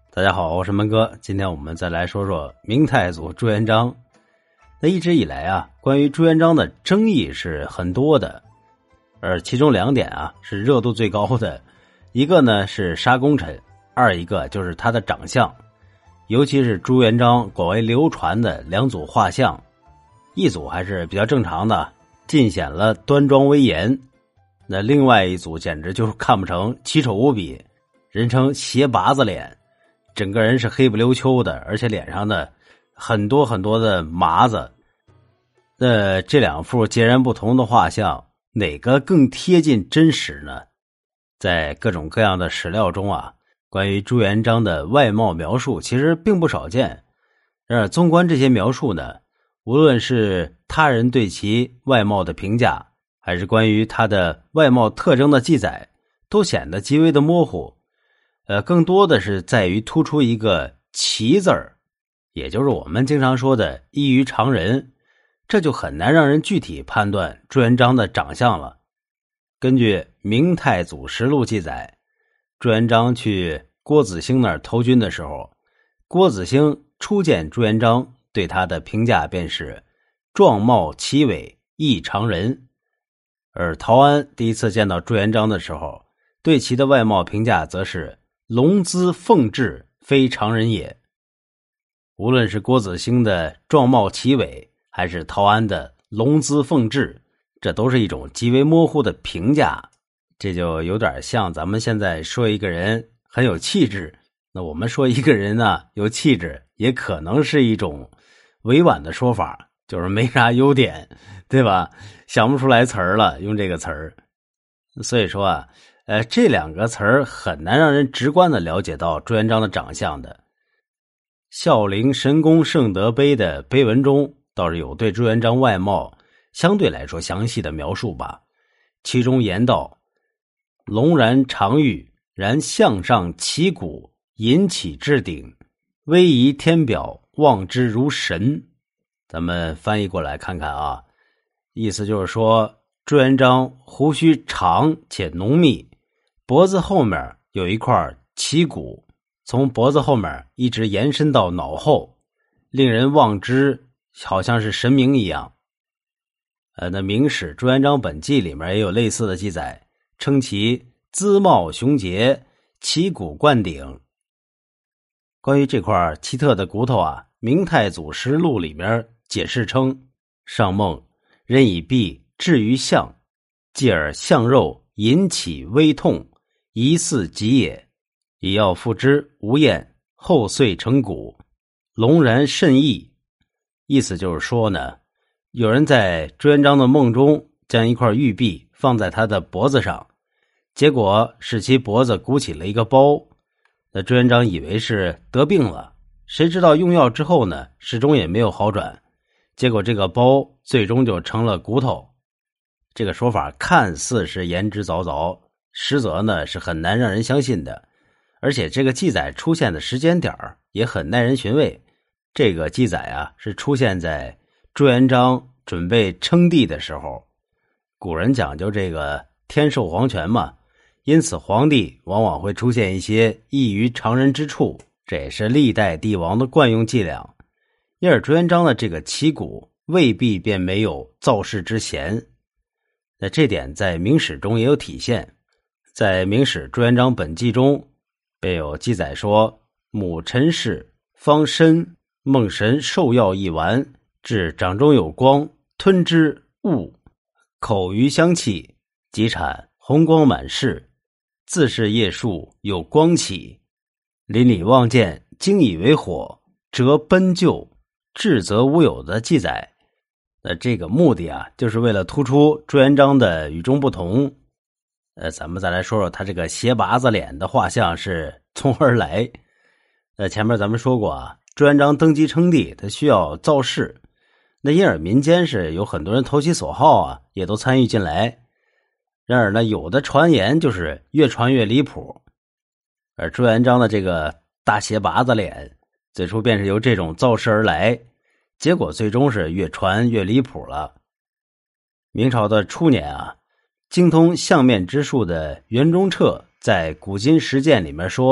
大家好，我是门哥。今天我们再来说说明太祖朱元璋。那一直以来啊，关于朱元璋的争议是很多的，而其中两点啊是热度最高的，一个呢是杀功臣，二一个就是他的长相，尤其是朱元璋广为流传的两组画像，一组还是比较正常的，尽显了端庄威严，那另外一组简直就是看不成，奇丑无比，人称斜拔子脸。整个人是黑不溜秋的，而且脸上的很多的麻子。这两幅截然不同的画像，哪个更贴近真实呢？在各种各样的史料中啊，关于朱元璋的外貌描述其实并不少见。然而纵观这些描述呢，无论是他人对其外貌的评价，还是关于他的外貌特征的记载，都显得极为的模糊。更多的是在于突出一个奇字儿，也就是我们经常说的异于常人，这就很难让人具体判断朱元璋的长相了。根据《明太祖实录》记载，朱元璋去郭子兴那儿投军的时候，郭子兴初见朱元璋，对他的评价便是壮貌奇伟，异常人。而陶安第一次见到朱元璋的时候，对其的外貌评价则是龙姿凤质，非常人也。无论是郭子兴的壮貌奇伟，还是陶安的龙姿凤质，这都是一种极为模糊的评价。这就有点像咱们现在说一个人很有气质，那我们说一个人呢有气质，也可能是一种委婉的说法，就是没啥优点，对吧？想不出来词儿了，用这个词儿。所以说啊，这两个词儿很难让人直观的了解到朱元璋的长相的。孝陵神功圣德碑的碑文中倒是有对朱元璋外貌相对来说详细的描述吧，其中言道：龙然长玉，然向上旗鼓，引起至顶，威仪天表，望之如神。咱们翻译过来看看啊，意思就是说朱元璋胡须长且浓密，脖子后面有一块旗骨，从脖子后面一直延伸到脑后，令人望之好像是神明一样。那明史朱元璋本纪里面也有类似的记载，称其姿貌雄杰，旗骨冠顶。关于这块奇特的骨头啊，明太祖实录里面解释称：上梦人以臂置于项，继而项肉引起微痛，疑似疾也，以药复之，无厌，后遂成骨，龙然甚异。意思就是说呢，有人在朱元璋的梦中将一块玉璧放在他的脖子上，结果使其脖子鼓起了一个包。那朱元璋以为是得病了，谁知道用药之后呢，始终也没有好转，结果这个包最终就成了骨头。这个说法看似是言之凿凿，实则呢是很难让人相信的，而且这个记载出现的时间点也很耐人寻味。这个记载啊是出现在朱元璋准备称帝的时候。古人讲究这个天授皇权嘛，因此皇帝往往会出现一些异于常人之处，这也是历代帝王的惯用伎俩。因而朱元璋的这个旗骨未必便没有造势之嫌。那这点在明史中也有体现，在明史朱元璋本纪中便有记载说：母陈氏方参梦神受药一丸，至掌中有光，吞之悟，口余香气，即产红光满室，自是叶树有光起，邻里望见，惊以为火，折奔救，至则无有的记载。那这个目的啊，就是为了突出朱元璋的与众不同。咱们再来说说他这个斜拔子脸的画像是从何而来。前面咱们说过啊，朱元璋登基称帝，他需要造势，那因而民间是有很多人投其所好啊，也都参与进来。然而呢，有的传言就是越传越离谱，而朱元璋的这个大斜拔子脸，最初便是由这种造势而来，结果最终是越传越离谱了。明朝的初年啊，精通相面之术的袁中彻在《古今实践》里面说，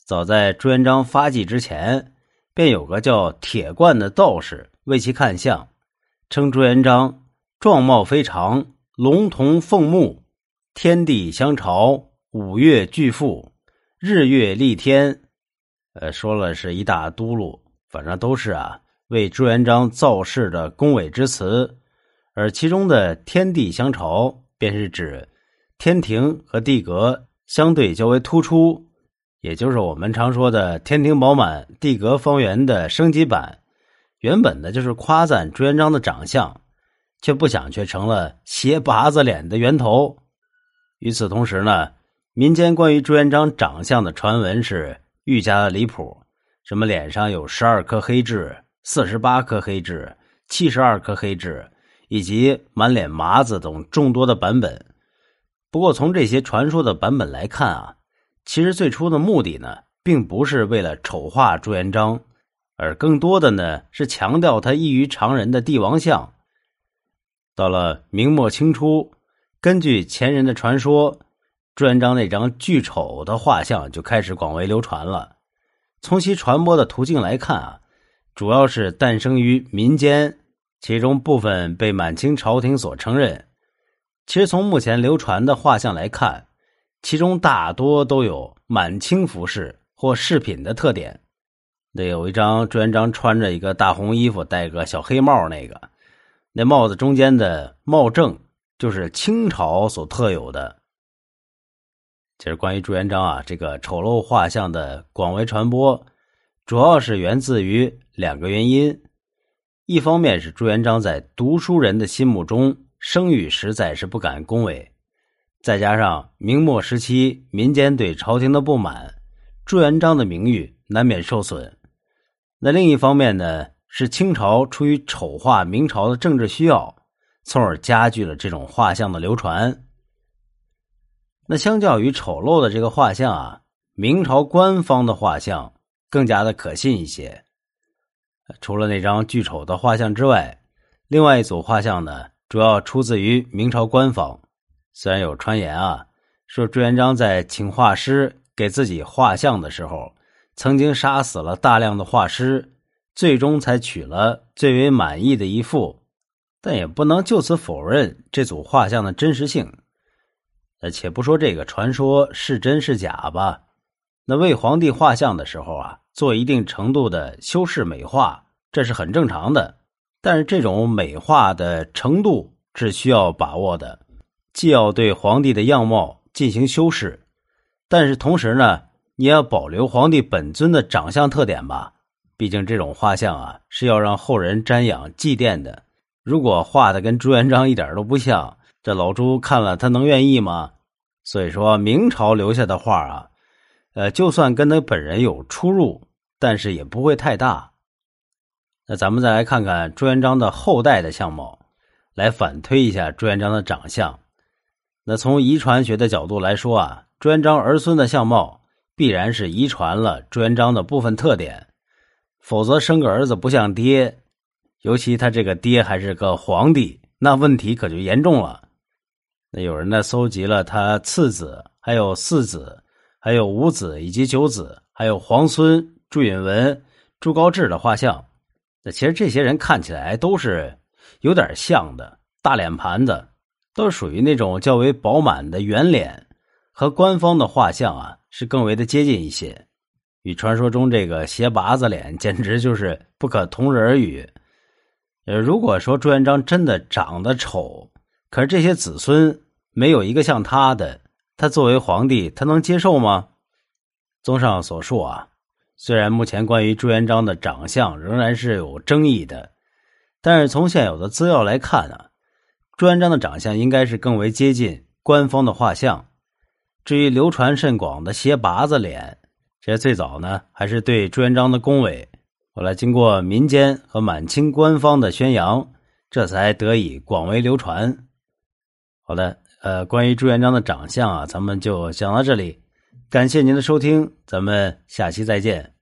早在朱元璋发迹之前，便有个叫铁罐的道士为其看相，称朱元璋状貌非常，龙瞳凤目，天地相朝，五岳俱复，日月丽天。说了是一大嘟噜，反正都是为朱元璋造势的恭维之词。而其中的天地相朝，便是指天庭和地阁相对较为突出，也就是我们常说的天庭饱满，地阁方圆的升级版。原本的就是夸赞朱元璋的长相，却不想却成了斜拔子脸的源头。与此同时呢，民间关于朱元璋长相的传闻是愈加的离谱，什么脸上有12颗黑痣、48颗黑痣、72颗黑痣，以及满脸麻子等众多的版本。不过从这些传说的版本来看其实最初的目的呢，并不是为了丑化朱元璋，而更多的呢是强调他异于常人的帝王相。到了明末清初，根据前人的传说，朱元璋那张巨丑的画像就开始广为流传了。从其传播的途径来看主要是诞生于民间，其中部分被满清朝廷所承认。其实从目前流传的画像来看，其中大多都有满清服饰或饰品的特点。那有一张朱元璋穿着一个大红衣服，戴个小黑帽，那帽子中间的帽正就是清朝所特有的。其实关于朱元璋这个丑陋画像的广为传播，主要是源自于2个原因。一方面是朱元璋在读书人的心目中声誉实在是不敢恭维，再加上明末时期民间对朝廷的不满，朱元璋的名誉难免受损。那另一方面呢，是清朝出于丑化明朝的政治需要，从而加剧了这种画像的流传。那相较于丑陋的这个画像明朝官方的画像更加的可信一些。除了那张巨丑的画像之外，另外一组画像呢，主要出自于明朝官方。虽然有传言说朱元璋在请画师给自己画像的时候，曾经杀死了大量的画师，最终才取了最为满意的一幅，但也不能就此否认这组画像的真实性。那且不说这个传说是真是假吧，那为皇帝画像的时候做一定程度的修饰美化，这是很正常的。但是这种美化的程度是需要把握的，既要对皇帝的样貌进行修饰，但是同时呢，你要保留皇帝本尊的长相特点吧。毕竟这种画像是要让后人瞻仰祭奠的。如果画的跟朱元璋一点都不像，这老朱看了他能愿意吗？所以说明朝留下的画就算跟他本人有出入，但是也不会太大。那咱们再来看看朱元璋的后代的相貌，来反推一下朱元璋的长相。那从遗传学的角度来说朱元璋儿孙的相貌必然是遗传了朱元璋的部分特点，否则生个儿子不像爹，尤其他这个爹还是个皇帝，那问题可就严重了。那有人呢搜集了他次子，还有四子，还有五子以及九子，还有皇孙朱允文、朱高炽的画像。那其实这些人看起来都是有点像的，大脸盘子，都是属于那种较为饱满的圆脸，和官方的画像是更为的接近一些。与传说中这个斜拔子脸简直就是不可同日而语。如果说朱元璋真的长得丑，可是这些子孙没有一个像他的，他作为皇帝他能接受吗？综上所述虽然目前关于朱元璋的长相仍然是有争议的，但是从现有的资料来看朱元璋的长相应该是更为接近官方的画像。至于流传甚广的斜拔子脸，这最早呢还是对朱元璋的恭维，后来经过民间和满清官方的宣扬，这才得以广为流传。好的，关于朱元璋的长相咱们就讲到这里，感谢您的收听，咱们下期再见。